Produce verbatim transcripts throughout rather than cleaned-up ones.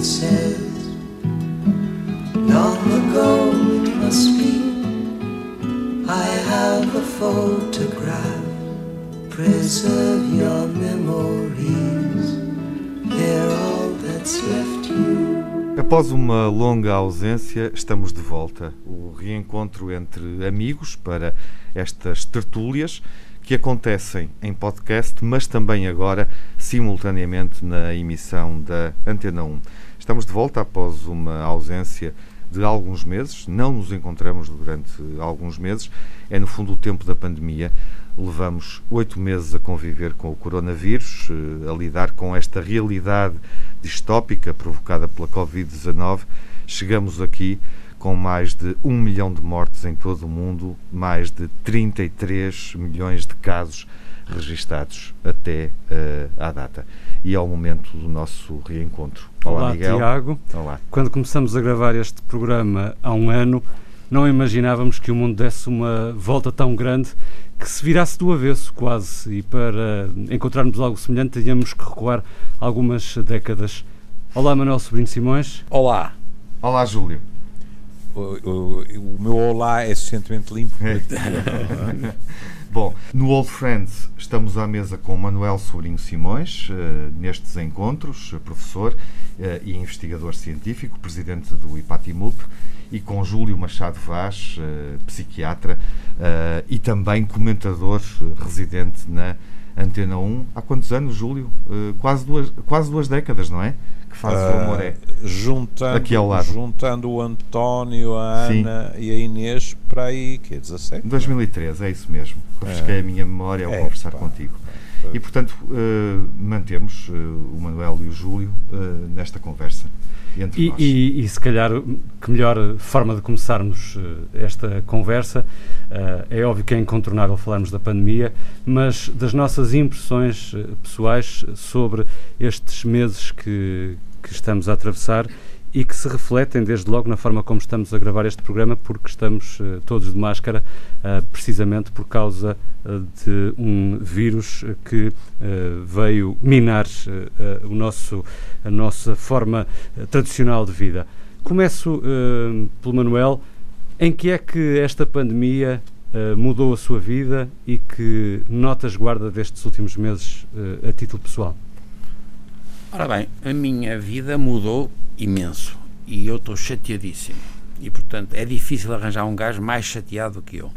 says, long ago it must be, I have a photograph, preserve your memories, they're all that's left you. Após uma longa ausência, estamos de volta. O reencontro entre amigos para estas tertúlias que acontecem em podcast, mas também agora simultaneamente na emissão da Antena um. Estamos de volta após uma ausência de alguns meses, não nos encontramos durante alguns meses, é no fundo o tempo da pandemia. Levamos oito meses a conviver com o coronavírus, a lidar com esta realidade distópica provocada pela covid dezanove. Chegamos aqui com mais de um milhão de mortes em todo o mundo, mais de trinta e três milhões de casos registados até uh, à data. E é o momento do nosso reencontro. Olá, Olá Miguel. Tiago. Olá. Quando começamos a gravar este programa há um ano, não imaginávamos que o mundo desse uma volta tão grande que se virasse do avesso quase, e para encontrarmos algo semelhante tínhamos que recuar algumas décadas. Olá, Manuel Sobrinho Simões. Olá. Olá, Júlio. O, o, o meu olá é suficientemente limpo. Bom, no Old Friends estamos à mesa com Manuel Sobrinho Simões, uh, nestes encontros, professor uh, e investigador científico, presidente do IPATIMUP, e com Júlio Machado Vaz, uh, psiquiatra uh, e também comentador uh, residente na Antena um. Há quantos anos, Júlio? Uh, quase, duas, quase duas décadas, não é? Que faz uh, o amor é. Juntando, aqui ao lado. Juntando o António, a Ana Sim. e a Inês, para aí, que é dezassete? dois mil e treze, é isso mesmo. Refresquei é. a minha memória ao é, conversar pá, contigo. Pá. E, portanto, uh, mantemos uh, o Manuel e o Júlio uh, nesta conversa. Entre e, nós. E, e, se calhar, que melhor forma de começarmos uh, esta conversa, uh, é óbvio que é incontornável falarmos da pandemia, mas das nossas impressões uh, pessoais sobre estes meses que, que estamos a atravessar e que se refletem desde logo na forma como estamos a gravar este programa, porque estamos uh, todos de máscara, uh, precisamente por causa uh, de um vírus que uh, veio minar uh, uh, o nosso, a nossa forma uh, tradicional de vida. Começo uh, pelo Manuel. Em que é que esta pandemia uh, mudou a sua vida e que notas guarda destes últimos meses uh, a título pessoal? Ora bem, a minha vida mudou imenso e eu estou chateadíssimo e, portanto, é difícil arranjar um gajo mais chateado do que eu.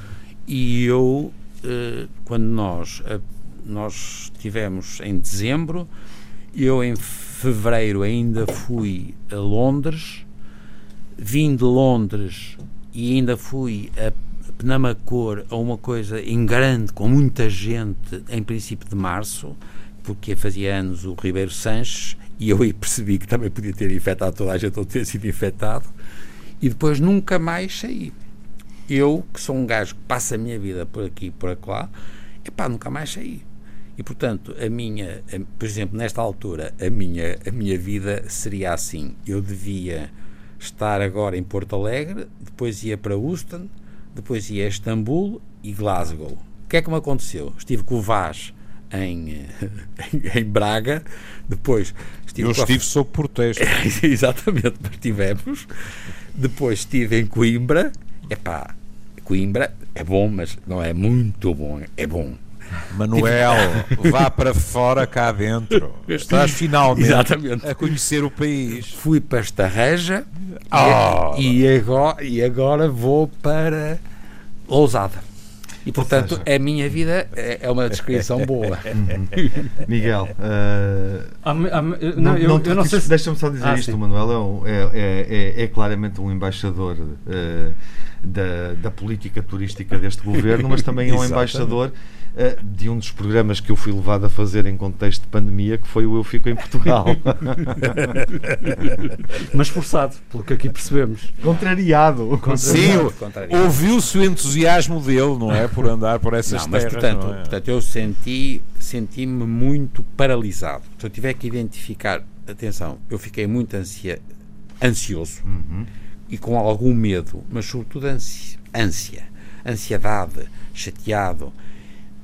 E eu, eh, quando nós, eh, nós estivemos em dezembro, eu em fevereiro ainda fui a Londres, vim de Londres e ainda fui a Penamacor, a uma coisa em grande, com muita gente, em princípio de março, porque fazia anos o Ribeiro Sanches, e eu aí percebi que também podia ter infectado toda a gente ou ter sido infectado, e depois nunca mais saí. Eu, que sou um gajo que passa a minha vida por aqui e por acolá, epá, nunca mais saí. E, portanto, a minha, a, por exemplo, nesta altura, a minha, a minha vida seria assim. Eu devia estar agora em Porto Alegre, depois ia para Houston, depois ia a Istambul e Glasgow. O que é que me aconteceu? Estive com o Vaz Em, em, em Braga, depois estive eu estive a... sob protesto. Exatamente, mas estivemos. Depois estive em Coimbra. Epá, Coimbra é bom, mas não é muito bom, é bom. Manuel, vá para fora cá dentro. Estás finalmente Exatamente. a conhecer o país. Fui para Estarreja oh. e, e, agora, e agora vou para Lousada. E, portanto, seja, a minha vida é, é uma descrição boa. Miguel, uh, ah, ah, não, não, eu, não, eu não sei se... deixa-me só dizer ah, isto, sim. O Manuel é, é, é, é claramente um embaixador uh, da, da política turística deste governo, mas também é um embaixador uh, de um dos programas que eu fui levado a fazer em contexto de pandemia, que foi o Eu Fico em Portugal. Mas forçado, pelo que aqui percebemos. Contrariado. Contrariado. Sim, ouviu-se o entusiasmo dele, não é? Por andar por essas não, mas, terras. Portanto, não é? portanto eu senti, senti-me muito paralisado. Se eu tiver que identificar, atenção, eu fiquei muito ansia, ansioso uhum. e com algum medo, mas sobretudo ânsia, ânsia, ansiedade, chateado.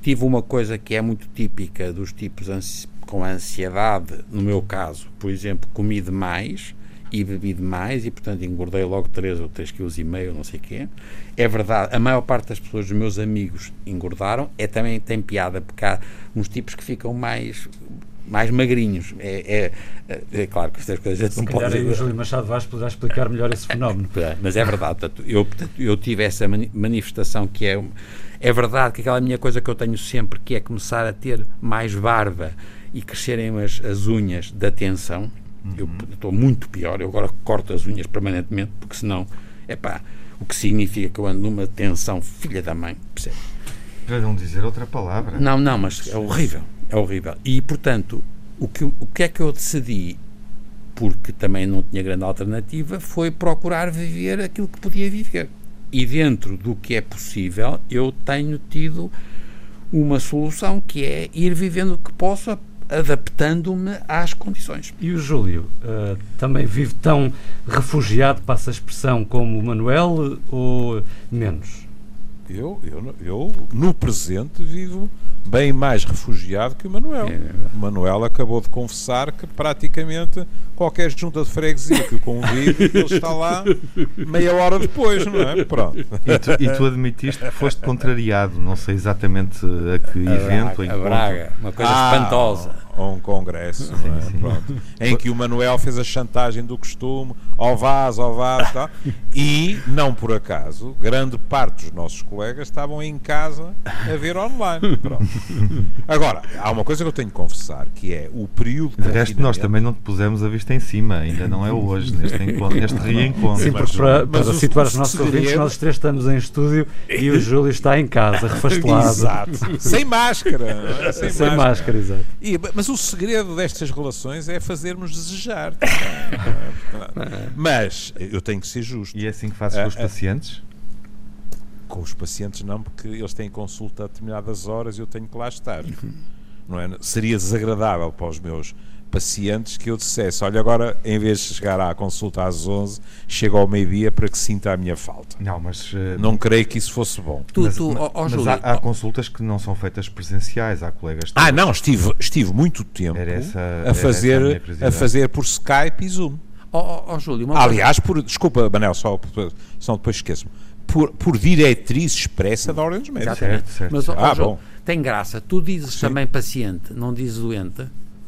tive uma coisa que é muito típica dos tipos ansi- com ansiedade, no meu caso, por exemplo, comi demais e bebi demais e, portanto, engordei logo três ou três vírgula cinco quilos, não sei o quê. É verdade, a maior parte das pessoas, dos meus amigos, engordaram. É também, tem piada, porque há uns tipos que ficam mais... mais magrinhos. É, é, é claro que estas coisas não podem... Se calhar o Júlio Machado Vaz poderá explicar melhor esse fenómeno. Mas é verdade. Portanto, eu, portanto, eu tive essa mani- manifestação que é... É verdade que aquela minha coisa que eu tenho sempre, que é começar a ter mais barba e crescerem as, as unhas da tensão. Uhum. Eu estou muito pior. Eu agora corto as unhas permanentemente, porque senão, é pá, o que significa que eu ando numa tensão filha da mãe, percebe? Para não dizer outra palavra. Não, não, mas é horrível. É horrível. E, portanto, o que, o que é que eu decidi, porque também não tinha grande alternativa, foi procurar viver aquilo que podia viver. E dentro do que é possível, eu tenho tido uma solução, que é ir vivendo o que posso, adaptando-me às condições. E o Júlio, uh, também vive tão refugiado, passa a expressão, como o Manuel, ou menos? Eu, eu, eu, no presente, vivo bem mais refugiado que o Manuel. É, o Manuel acabou de confessar que praticamente qualquer junta de freguesia que o convide, ele está lá meia hora depois, não é? Pronto. E tu, e tu admitiste que foste contrariado, não sei exatamente a que a evento, Braga, a Braga, uma coisa ah, espantosa. Ou um congresso, sim, não é? Sim. Pronto. Em que o Manuel fez a chantagem do costume, ao vaso, ao vaso, tal, e, não por acaso, grande parte dos nossos colegas estavam em casa a ver online. Pronto. Agora, há uma coisa que eu tenho de confessar, que é o período de de resto, nós também não te pusemos a vista em cima, ainda não é hoje, neste, encontro, neste reencontro. Sim, porque para, para mas situar os nossos ouvintes, nós três estamos em estúdio e o Júlio está em casa, refastelado. Exato. Sem máscara. Não é? Sem, Sem máscara, máscara exato. E, mas o segredo destas relações é fazermos desejar. Mas eu tenho que ser justo. E é assim que fazes com os pacientes? Com os pacientes não, porque eles têm consulta a determinadas horas e eu tenho que lá estar. Não é? Seria desagradável para os meus pacientes que eu dissesse, olha, agora em vez de chegar à consulta às onze, chego ao meio-dia para que sinta a minha falta. Não, mas... Uh, não creio que isso fosse bom. Tu, mas tu, mas, oh, oh, mas Júlio, há, há consultas que não são feitas presenciais, há colegas... Ah, todos. Não, estive, estive muito tempo essa, a, fazer, a, a fazer por Skype e Zoom. Oh, oh, oh, Júlio, uma Aliás, por, desculpa, Manel, só, só depois esqueço-me, por, por diretriz expressa da Ordem dos Médicos. Certo, certo. Mas, oh, ah, Júlio, bom. Tem graça, tu dizes Sim. também paciente, não dizes doente?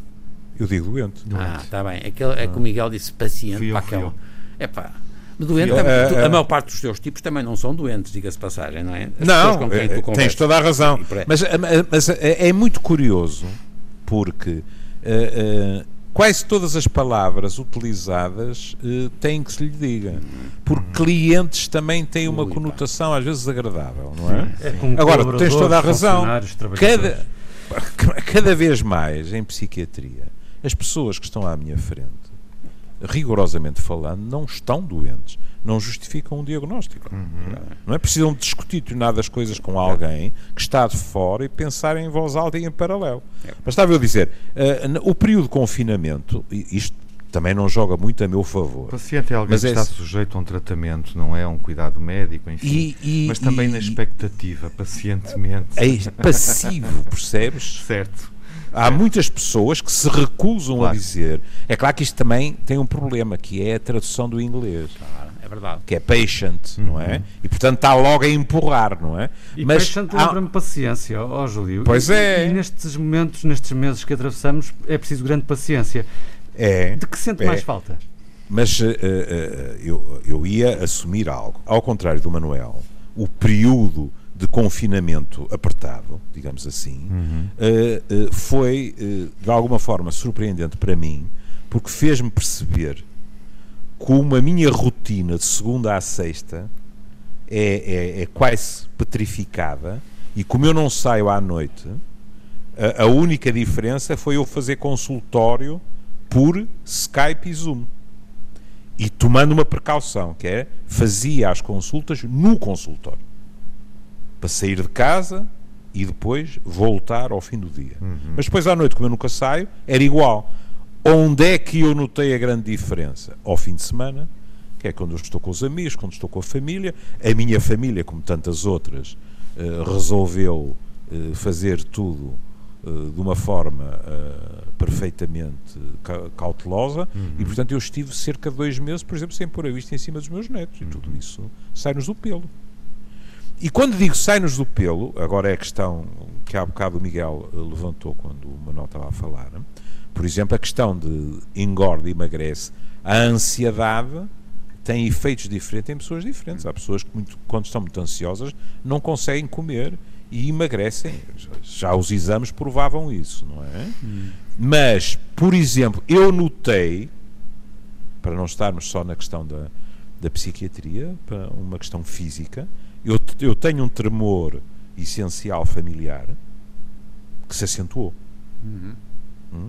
Eu digo doente. doente. Ah, está bem. Aquele, é que o Miguel disse paciente. Fui eu, para fui aquela. eu. É pá. Doente, eu, também, uh, tu, uh, a maior parte dos teus tipos também não são doentes, diga-se passagem, não é? As não, com quem tu tens conversas. toda a razão. Mas, mas é muito curioso porque uh, uh, quase todas as palavras utilizadas uh, têm que se lhe diga. Porque clientes também têm uma Ui, conotação pá. às vezes agradável, não é? é como Agora, tens toda a razão. Cada, cada vez mais em psiquiatria, as pessoas que estão à minha frente, rigorosamente falando, não estão doentes, não justificam um diagnóstico. Uhum. Não é? Precisam de discutir determinadas coisas com alguém que está de fora e pensar em voz alta e em paralelo. É. Mas estava eu a dizer, uh, o período de confinamento, isto também não joga muito a meu favor. O paciente é alguém mas que é... está sujeito a um tratamento, não é? A um cuidado médico, enfim. E, e, mas também e, na expectativa, pacientemente. É passivo, percebes? Certo. Há muitas pessoas que se recusam claro. a dizer. É claro que isto também tem um problema, que é a tradução do inglês. Claro, é verdade. Que é patient, uhum. não é? E portanto está logo a empurrar, não é? E Mas patient há... lembra-me paciência, ó oh, Júlio. Pois é. E, e nestes momentos, nestes meses que atravessamos, é preciso grande paciência. É. De que sente é. mais falta? Mas uh, uh, eu, eu ia assumir algo. Ao contrário do Manuel, o período de confinamento apertado, digamos assim, uhum. uh, uh, foi, uh, de alguma forma, surpreendente para mim, porque fez-me perceber como a minha rotina de segunda a sexta é, é, é quase petrificada, e como eu não saio à noite, a, a única diferença foi eu fazer consultório por Skype e Zoom. E tomando uma precaução, que é, fazia as consultas no consultório. Para sair de casa e depois voltar ao fim do dia. Uhum. Mas depois à noite, como eu nunca saio, era igual. Onde é que eu notei a grande diferença? Ao fim de semana, que é quando eu estou com os amigos, quando estou com a família. A minha família, como tantas outras, uh, resolveu uh, uh, fazer tudo uh, de uma forma uh, perfeitamente ca cautelosa, uhum. e portanto eu estive cerca de dois meses, por exemplo, sem pôr a vista em cima dos meus netos, uhum. e tudo isso sai-nos do pelo. E quando digo sai-nos do pelo, agora é a questão que há bocado o Miguel levantou quando o Manuel estava a falar, né? Por exemplo, a questão de engorda e emagrece, a ansiedade tem efeitos diferentes em pessoas diferentes. Há pessoas que, muito, quando estão muito ansiosas, não conseguem comer e emagrecem. Já os exames provavam isso, não é? Hum. Mas, por exemplo, eu notei, para não estarmos só na questão da, da psiquiatria, para uma questão física, eu, eu tenho um tremor essencial familiar que se acentuou. Uhum. Hum?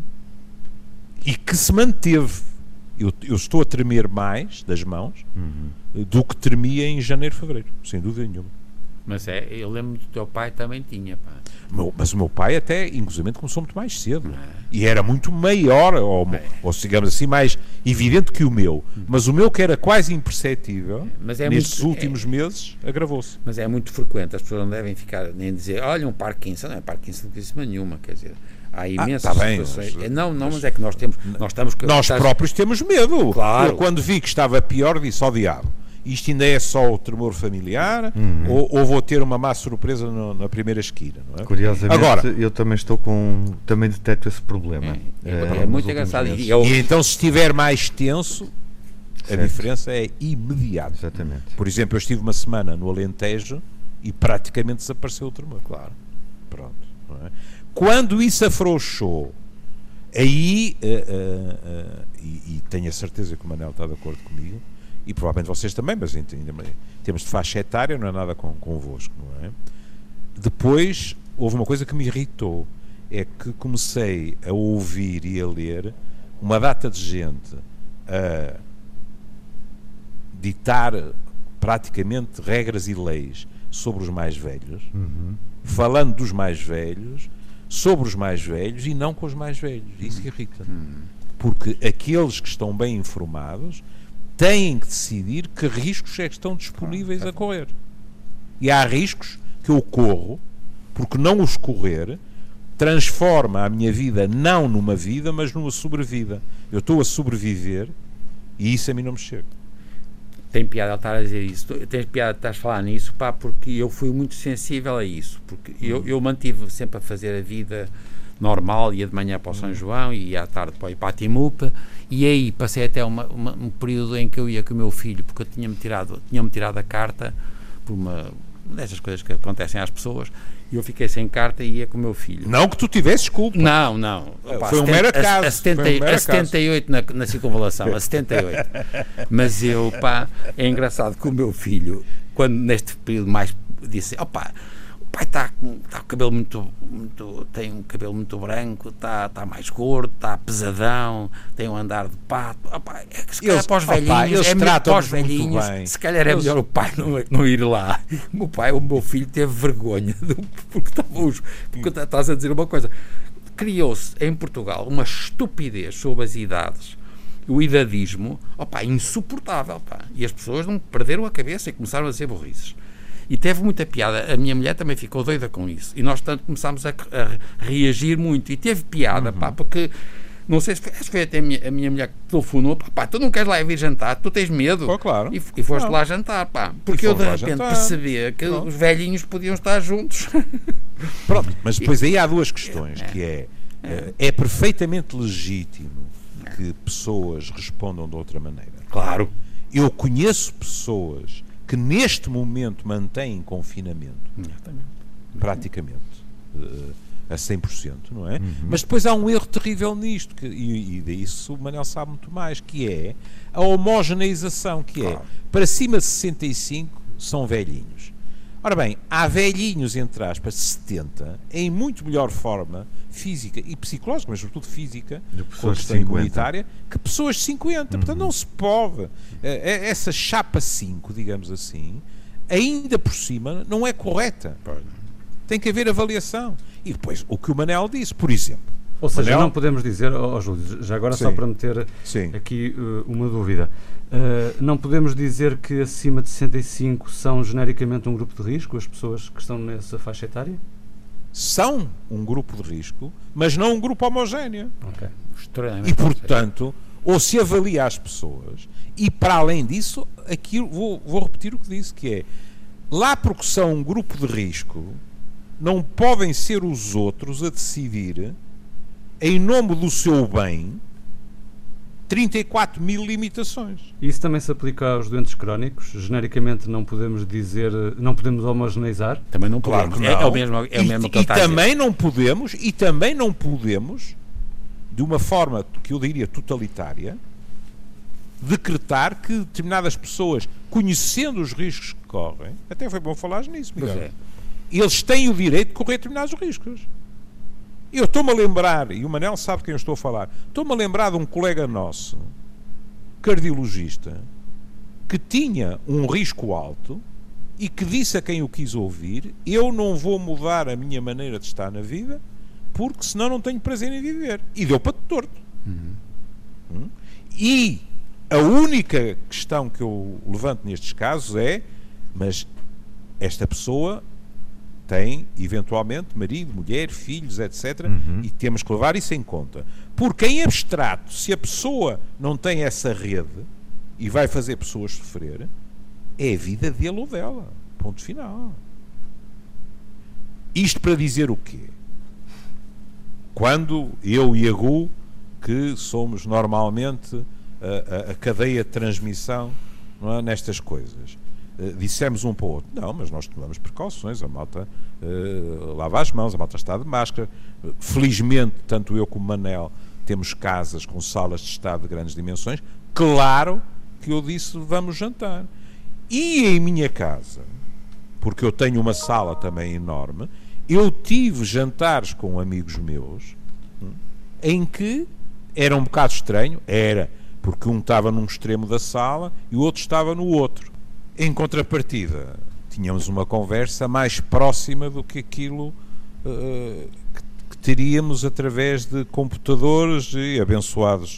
E que se manteve. Eu, eu estou a tremer mais das mãos, uhum. do que tremia em janeiro, fevereiro, sem dúvida nenhuma. Mas é, eu lembro do teu pai também tinha, pá. Meu, mas o meu pai até, inclusive, começou muito mais cedo. É. E era muito maior, ou, é. ou digamos assim, mais evidente que o meu. Mas o meu, que era quase imperceptível, mas é nestes muito, últimos é, meses, agravou-se. Mas é muito frequente, as pessoas não devem ficar nem dizer, olha, um Parkinson, não é Parkinson de cima nenhuma, quer dizer... Há imensas ah, tá situações. Bem, não, não, mas é que nós temos. Nós, estamos, nós estás... próprios temos medo. Claro. Eu, quando vi que estava pior, disse ao diabo: isto ainda é só o tremor familiar, uhum. ou, ou vou ter uma má surpresa no, na primeira esquina, não é? Curiosamente, agora, eu também estou com. Também detecto esse problema. É, é, é muito engraçado. E, eu... e então, se estiver mais tenso, certo. A diferença é imediata. Exatamente. Por exemplo, eu estive uma semana no Alentejo e praticamente desapareceu o tremor. Claro. Pronto. Não é? Quando isso afrouxou, aí, uh, uh, uh, e, e tenho a certeza que o Manel está de acordo comigo, e provavelmente vocês também, mas em, em termos de faixa etária não é nada com, convosco, não é? Depois, houve uma coisa que me irritou, é que comecei a ouvir e a ler uma data de gente a ditar praticamente regras e leis sobre os mais velhos, uhum. falando dos mais velhos, sobre os mais velhos e não com os mais velhos. Isso irrita. Hum. Porque aqueles que estão bem informados têm que decidir que riscos é que estão disponíveis ah, é. a correr. E há riscos que eu corro, porque não os correr transforma a minha vida não numa vida, mas numa sobrevida. Eu estou a sobreviver e isso a mim não me chega. Tem piada ele estar a dizer isso, tens piada estás a falar nisso, pá, porque eu fui muito sensível a isso, porque hum. eu, eu mantive sempre a fazer a vida normal, ia de manhã para o São João e ia à tarde para ir para a Timupa, e aí passei até uma, uma, um período em que eu ia com o meu filho, porque eu tinha-me tirado, tinha-me tirado a carta por uma dessas coisas que acontecem às pessoas, e eu fiquei sem carta e ia com o meu filho. Não que tu tivesses culpa. Não, não. Opa, foi um mero caso. A, a, setenta, um mero a setenta e oito na, na circunvalação, a setenta e oito. Mas eu, pá, é engraçado que o meu filho, quando neste período mais, disse, opá, o pai está com tá o cabelo muito, muito, tem um cabelo muito branco, está tá mais gordo, está pesadão, tem um andar de pato, opá, é que se calhar eles, para os velhinhos, opa, é melhor para os velhinhos, se calhar é eles... melhor o pai não, não ir lá. O meu pai, o meu filho teve vergonha, do, porque estávamos, porque estás a dizer uma coisa, criou-se em Portugal uma estupidez sobre as idades, o idadismo, opá, insuportável, pá, e as pessoas não perderam a cabeça e começaram a ser burrices. E teve muita piada, a minha mulher também ficou doida com isso, e nós tanto começámos a, a reagir muito, e teve piada, uhum. pá, porque não sei se foi, acho que foi até a minha, a minha mulher que telefonou, pá, tu não queres lá vir jantar, tu tens medo, oh, claro. e, e foste não. lá jantar, pá, porque eu de repente percebi que Pronto. os velhinhos podiam estar juntos. Pronto, mas depois aí há duas questões, é, que é, é, é perfeitamente legítimo que pessoas respondam de outra maneira. Claro. Eu conheço pessoas que neste momento mantêm confinamento, Exatamente. praticamente, uh, a cem por cento, não é? Uhum. Mas depois há um erro terrível nisto, que, e, e disso o Manel sabe muito mais, que é a homogeneização, que claro. é, para cima de sessenta e cinco são velhinhos. Ora bem, há velhinhos, entre aspas, setenta, em muito melhor forma física e psicológica, mas sobretudo física, com questão imunitária, que pessoas de cinquenta. Uhum. Portanto, não se pode. Essa chapa cinco, digamos assim, ainda por cima, não é correta. Tem que haver avaliação. E depois, o que o Manel disse, por exemplo. Ou seja, Manel... não podemos dizer, ó oh, Júlio, já agora Sim. só para meter Sim. aqui uh, uma dúvida, uh, não podemos dizer que acima de sessenta e cinco são genericamente um grupo de risco, as pessoas que estão nessa faixa etária? são um grupo de risco, mas não um grupo homogéneo. Okay. E, portanto, ou se avalia as pessoas, e para além disso, aquilo, vou, vou repetir o que disse, que é, lá porque são um grupo de risco, não podem ser os outros a decidir, em nome do seu bem, trinta e quatro mil limitações. Isso também se aplica aos doentes crónicos? Genericamente não podemos dizer, não podemos homogeneizar? Também não Claro podemos. que não. É, é o mesmo, é o e, mesmo que e ele está também a dizer. não podemos, e também não podemos, de uma forma que eu diria totalitária, decretar que determinadas pessoas, conhecendo os riscos que correm, até foi bom falar nisso, Miguel, É. eles têm o direito de correr determinados riscos. Eu estou-me a lembrar, e o Manel sabe quem eu estou a falar, estou-me a lembrar de um colega nosso, cardiologista, que tinha um risco alto e que disse a quem o quis ouvir: eu não vou mudar a minha maneira de estar na vida, porque senão não tenho prazer em viver. E deu para torto. Uhum. Hum? E a única questão que eu levanto nestes casos é: mas esta pessoa tem, eventualmente, marido, mulher, filhos, etcétera. Uhum. E temos que levar isso em conta. Porque em abstrato, se a pessoa não tem essa rede e vai fazer pessoas sofrer, é a vida dele ou dela. Ponto final. Isto para dizer o quê? Quando eu e a Gu, que somos normalmente a, a, a cadeia de transmissão, não é, nestas coisas, Uh, dissemos um para o outro: não, mas nós tomamos precauções, a malta uh, lava as mãos, a malta está de máscara. Uh, felizmente, tanto eu como o Manel temos casas com salas de estado de grandes dimensões. Claro que eu disse: vamos jantar. E em minha casa, porque eu tenho uma sala também enorme, eu tive jantares com amigos meus hum, em que era um bocado estranho, era porque um estava num extremo da sala e o outro estava no outro. Em contrapartida, tínhamos uma conversa mais próxima do que aquilo uh, que, que teríamos através de computadores e abençoados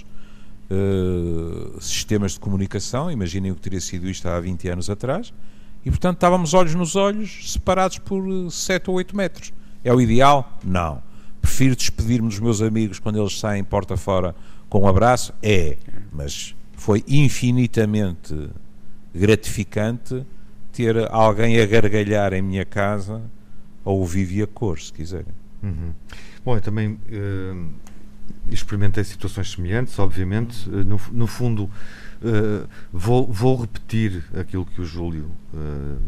uh, sistemas de comunicação. Imaginem o que teria sido isto há vinte anos atrás. E, portanto, estávamos olhos nos olhos, separados por sete ou oito metros. É o ideal? Não. Prefiro despedir-me dos meus amigos quando eles saem porta fora com um abraço? É. Mas foi infinitamente gratificante ter alguém a gargalhar em minha casa ou o vive a cor, se quiserem. Uhum. Bom, eu também uh, experimentei situações semelhantes, obviamente. Uh, no, no fundo, uh, vou, vou repetir aquilo que o Júlio uh,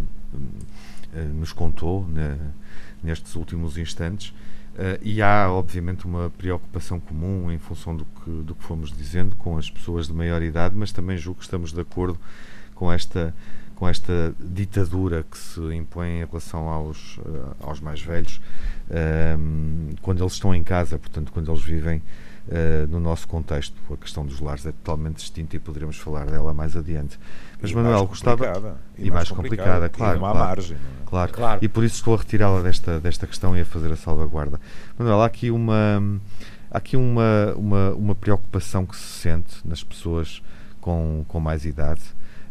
uh, nos contou, né, nestes últimos instantes. Uh, e há, obviamente, uma preocupação comum em função do que, do que fomos dizendo com as pessoas de maior idade, mas também julgo que estamos de acordo com esta, com esta ditadura que se impõe em relação aos, uh, aos mais velhos, uh, quando eles estão em casa, portanto, quando eles vivem uh, no nosso contexto. A questão dos lares é totalmente distinta e poderemos falar dela mais adiante. Mas, e Manuel, gostava... E, e mais, mais complicada, complicada, claro. claro, Claro, margem, não é? claro. Claro. E por isso estou a retirá-la desta, desta questão e a fazer a salvaguarda. Manuel, há aqui uma, há aqui uma, uma, uma preocupação que se sente nas pessoas com, com mais idade,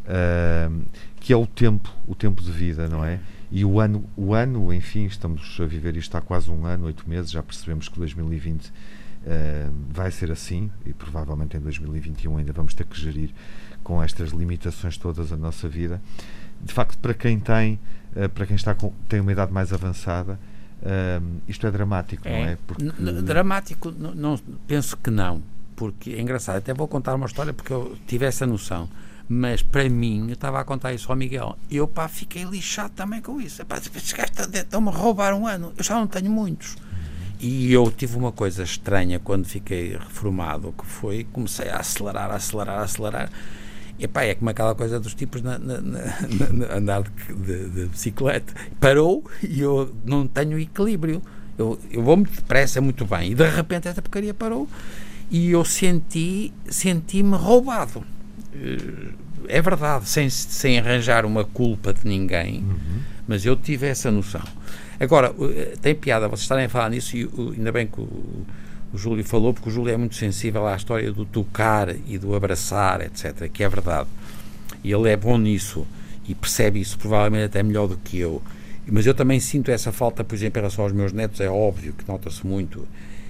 Uh, que é o tempo, o tempo de vida, não é? E o ano, o ano, enfim, estamos a viver isto há quase um ano, oito meses, já percebemos que dois mil e vinte uh, vai ser assim e provavelmente em dois mil e vinte e um ainda vamos ter que gerir com estas limitações todas a nossa vida. De facto, para quem tem, uh, para quem está com, tem uma idade mais avançada, uh, isto é dramático, É, não é? Porque... N- dramático, não, não, penso que não, porque é engraçado, até vou contar uma história porque eu tive essa noção. Mas para mim, eu estava a contar isso ao Miguel, eu pá, fiquei lixado também com isso. Epá, estão-me a roubar um ano, eu já não tenho muitos. E eu tive uma coisa estranha quando fiquei reformado, que foi, comecei a acelerar, a acelerar, a acelerar. Epá, é como aquela coisa dos tipos na, na, na, na andar de, de, de bicicleta. Parou e eu não tenho equilíbrio. Eu, eu vou muito depressa, muito bem. E de repente esta porcaria parou e eu senti, senti-me roubado. É verdade, sem, sem arranjar uma culpa de ninguém, uhum. Mas eu tive essa noção. Agora, tem piada vocês estarem a falar nisso, e ainda bem que o, o Júlio falou, porque o Júlio é muito sensível à história do tocar e do abraçar, etcétera, que é verdade. E ele é bom nisso e percebe isso provavelmente até melhor do que eu. Mas eu também sinto essa falta, por exemplo, em relação aos meus netos, é óbvio que nota-se muito.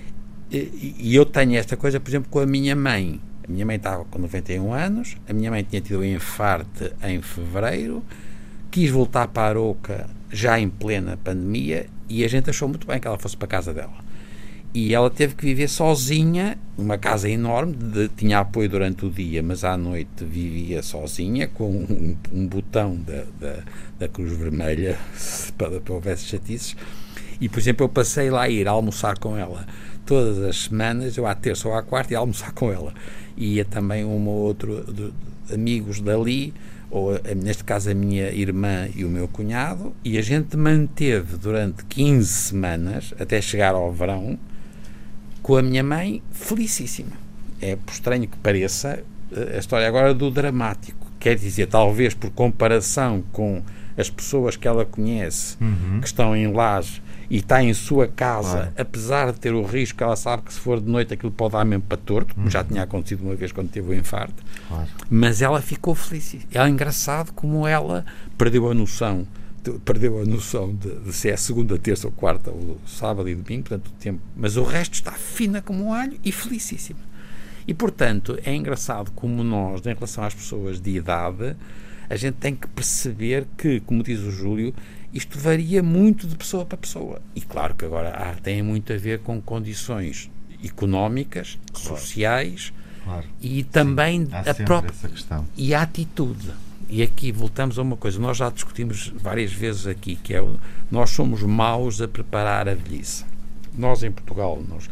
E, e eu tenho esta coisa, por exemplo, com a minha mãe. A minha mãe estava com noventa e um anos, a minha mãe tinha tido um infarte em fevereiro, quis voltar para a Arouca já em plena pandemia e a gente achou muito bem que ela fosse para a casa dela. E ela teve que viver sozinha, uma casa enorme, de, tinha apoio durante o dia, mas à noite vivia sozinha, com um, um botão da, da, da Cruz Vermelha para que houvesse chatices. E, por exemplo, eu passei lá a ir almoçar com ela todas as semanas, eu à terça ou à quarta, ia almoçar com ela. E ia também um ou outro de, de amigos dali, ou neste caso a minha irmã e o meu cunhado, e a gente manteve durante quinze semanas, até chegar ao verão, com a minha mãe felicíssima. É, por estranho que pareça, a história agora do dramático. Quer dizer, talvez por comparação com as pessoas que ela conhece, uhum. que estão em lares e está em sua casa, claro. Apesar de ter o risco, ela sabe que se for de noite aquilo pode dar mesmo para torto, como uhum. já tinha acontecido uma vez quando teve o infarto, claro. Mas ela ficou feliz. É engraçado como ela perdeu a noção, de, perdeu a noção de, de se é segunda, terça ou quarta, ou sábado e domingo, portanto, o tempo, mas o resto está fina como um alho e felicíssima. E, portanto, é engraçado como nós, em relação às pessoas de idade, a gente tem que perceber que, como diz o Júlio, isto varia muito de pessoa para pessoa. E claro que agora ah, tem muito a ver com condições económicas, claro. Sociais, claro. E também sim, a própria essa questão. E a atitude. E aqui voltamos a uma coisa, nós já discutimos várias vezes aqui, que é o, nós somos maus a preparar a velhice. Nós em Portugal, nós,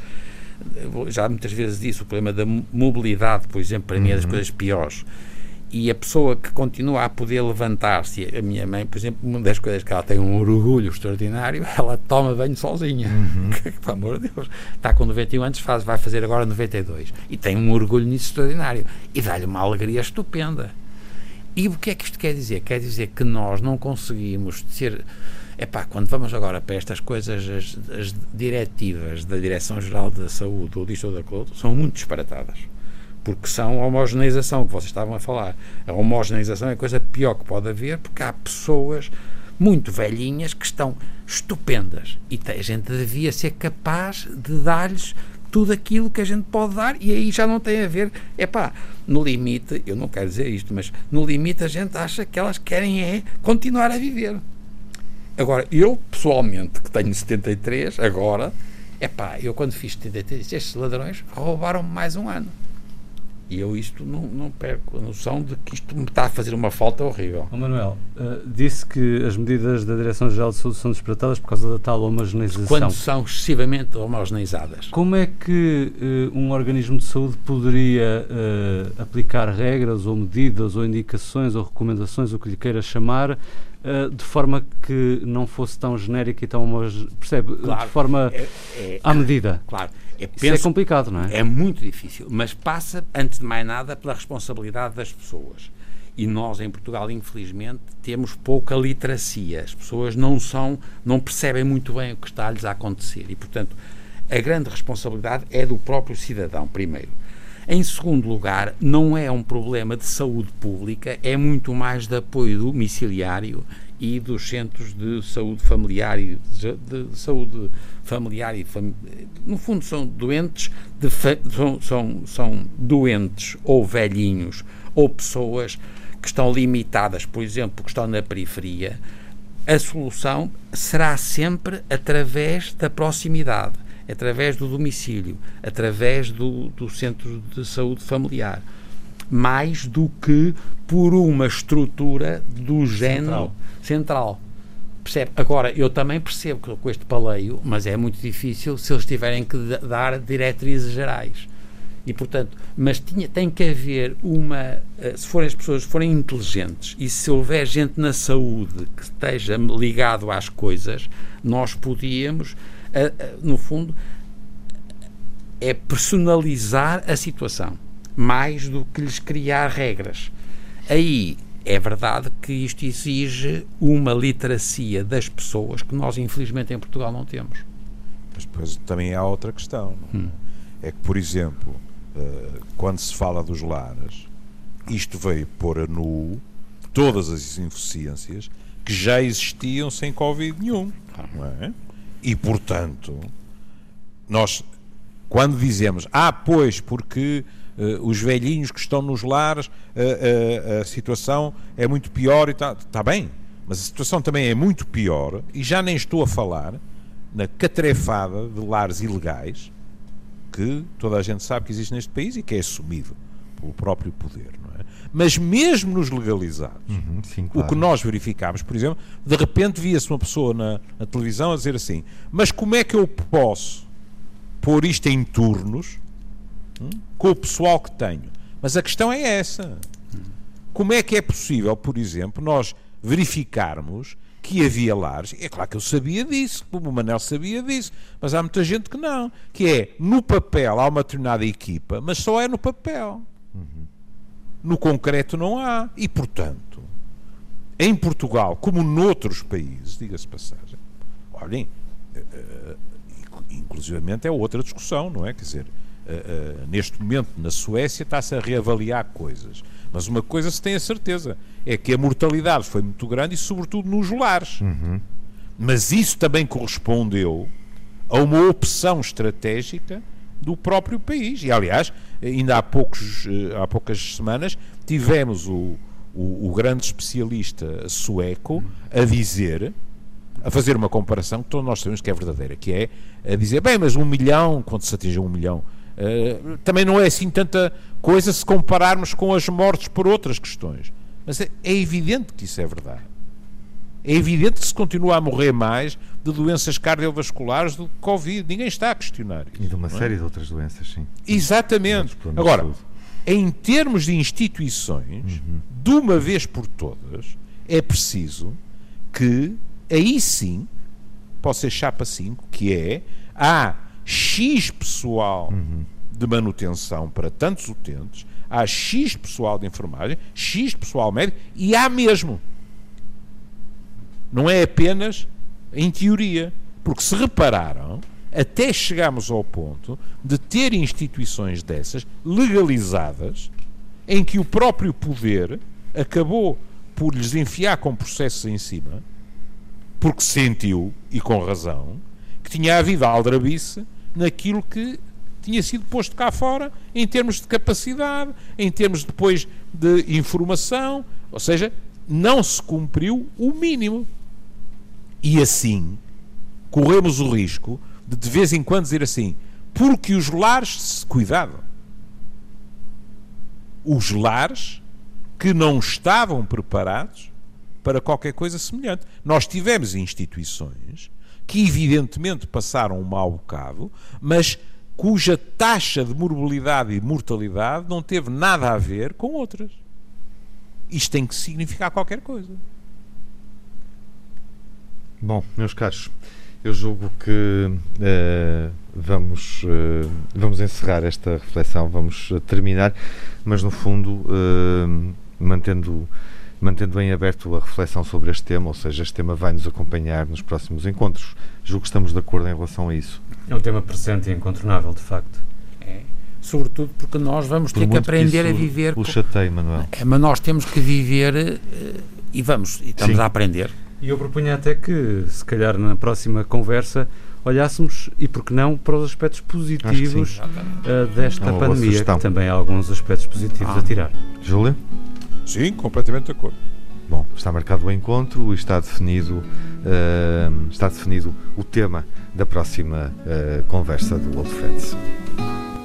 já muitas vezes disse, o problema da mobilidade, por exemplo, para uhum. mim é das coisas piores. E a pessoa que continua a poder levantar-se, a minha mãe, por exemplo, uma das coisas que ela tem um orgulho extraordinário, ela toma banho sozinha. Uhum. Pelo amor de Deus. Está com noventa e um anos, faz, vai fazer agora noventa e dois. E tem um orgulho nisso extraordinário. E dá-lhe uma alegria estupenda. E o que é que isto quer dizer? Quer dizer que nós não conseguimos ser... Epá, quando vamos agora para estas coisas, as, as diretivas da Direção-Geral da Saúde, ou disto ou daquilo, são muito disparatadas. Porque são a homogeneização que vocês estavam a falar. A homogeneização é a coisa pior que pode haver, porque há pessoas muito velhinhas que estão estupendas. E a gente devia ser capaz de dar-lhes tudo aquilo que a gente pode dar, e aí já não tem a ver, epá, no limite, eu não quero dizer isto, mas no limite a gente acha que elas querem é continuar a viver. Agora, eu pessoalmente, que tenho setenta e três, agora, epá, eu quando fiz setenta e três, estes ladrões roubaram-me mais um ano. E eu isto não, não perco a noção de que isto me está a fazer uma falta horrível. Oh, Manuel, uh, disse que as medidas da Direção-Geral de Saúde são disparatadas por causa da tal homogeneização. Quando são excessivamente homogeneizadas. Como é que uh, um organismo de saúde poderia uh, aplicar regras ou medidas ou indicações ou recomendações, o que lhe queira chamar, uh, de forma que não fosse tão genérica e tão homogeneizada? Percebe? Claro, de forma é, é, à medida. Claro. É, penso, Isso é complicado, não é? É muito difícil, mas passa, antes de mais nada, pela responsabilidade das pessoas. E nós, em Portugal, infelizmente, temos pouca literacia. As pessoas não são, não percebem muito bem o que está-lhes a acontecer. E, portanto, a grande responsabilidade é do próprio cidadão, primeiro. Em segundo lugar, não é um problema de saúde pública, é muito mais de apoio domiciliário e dos centros de saúde familiar e de, de, de saúde familiar e fam... no fundo são doentes de fa... são, são, são doentes ou velhinhos ou pessoas que estão limitadas, por exemplo, que estão na periferia. A solução será sempre através da proximidade, através do domicílio, através do, do centro de saúde familiar, mais do que por uma estrutura do género central. central. Percebe? Agora, eu também percebo que com este paleio, mas é muito difícil se eles tiverem que dar diretrizes gerais. E, portanto, mas tinha, tem que haver uma, se forem as pessoas forem inteligentes e se houver gente na saúde que esteja ligado às coisas, nós podíamos, no fundo, é personalizar a situação, mais do que lhes criar regras. Aí, é verdade que isto exige uma literacia das pessoas que nós, infelizmente, em Portugal não temos. Mas depois também há outra questão. Não é? Hum. É que, por exemplo, uh, quando se fala dos lares, isto veio pôr a nu todas as ineficiências que já existiam sem Covid nenhum. Não é? E, portanto, nós, quando dizemos, ah, pois, porque uh, os velhinhos que estão nos lares, uh, uh, a situação é muito pior e tal, está bem, mas a situação também é muito pior, e já nem estou a falar na catrefada de lares ilegais que toda a gente sabe que existe neste país e que é assumido pelo próprio poder, não é? Mas mesmo nos legalizados, uhum, sim, claro. O que nós verificámos, por exemplo, de repente via-se uma pessoa na, na televisão a dizer assim, mas como é que eu posso pôr isto em turnos hum, com o pessoal que tenho? Mas a questão é essa. Como é que é possível, por exemplo, nós verificarmos que havia lares, é claro que eu sabia disso, como o Manel sabia disso, mas há muita gente que não, que é, no papel há uma determinada equipa, mas só é no papel. Uhum. No concreto não há. E, portanto, em Portugal, como noutros países, diga-se passagem, olhem, uh, uh, inclusivamente é outra discussão, não é? Quer dizer, uh, uh, neste momento na Suécia está-se a reavaliar coisas, mas uma coisa se tem a certeza, é que a mortalidade foi muito grande e sobretudo nos lares. Uhum. Mas isso também correspondeu a uma opção estratégica do próprio país. E, aliás, ainda há, poucos, há poucas semanas tivemos o, o, o grande especialista sueco a dizer, a fazer uma comparação que todos nós sabemos que é verdadeira, que é a dizer, bem, mas um milhão, quando se atinge um milhão, uh, também não é assim tanta coisa se compararmos com as mortes por outras questões. Mas é, é evidente que isso é verdade. É evidente que se continua a morrer mais de doenças cardiovasculares do que Covid. Ninguém está a questionar isso. E de uma série é? de outras doenças, sim. Exatamente. Agora, em termos de instituições, uhum. de uma vez por todas, é preciso que, aí sim, pode ser chapa cinco, que é, há X pessoal uhum. de manutenção para tantos utentes, há X pessoal de enfermagem, X pessoal médico, e há mesmo. Não é apenas em teoria, porque se repararam, até chegámos ao ponto de ter instituições dessas legalizadas, em que o próprio poder acabou por lhes enfiar com processos em cima, porque sentiu, e com razão, que tinha havido aldrabice naquilo que tinha sido posto cá fora, em termos de capacidade, em termos depois de informação, ou seja, não se cumpriu o mínimo. E assim, corremos o risco de de vez em quando dizer assim, porque os lares, cuidado, os lares que não estavam preparados para qualquer coisa semelhante. Nós tivemos instituições que evidentemente passaram um mau bocado, mas cuja taxa de morbilidade e mortalidade não teve nada a ver com outras. Isto tem que significar qualquer coisa. Bom, meus caros, eu julgo que uh, vamos, uh, vamos encerrar esta reflexão, vamos terminar, mas no fundo uh, mantendo, mantendo em aberto a reflexão sobre este tema, ou seja, este tema vai nos acompanhar nos próximos encontros. Julgo que estamos de acordo em relação a isso. É um tema presente e incontornável, de facto. É, sobretudo porque nós vamos ter que aprender que a viver... O chateio, Manuel. É, mas nós temos que viver uh, e vamos, e estamos Sim. a aprender. E eu propunha até que, se calhar na próxima conversa, olhássemos, e por que não, para os aspectos positivos uh, desta é pandemia, que também há alguns aspectos positivos ah. a tirar. Júlio? Sim, completamente de acordo. Bom, está marcado o encontro e está definido, uh, está definido o tema da próxima uh, conversa do Old Friends.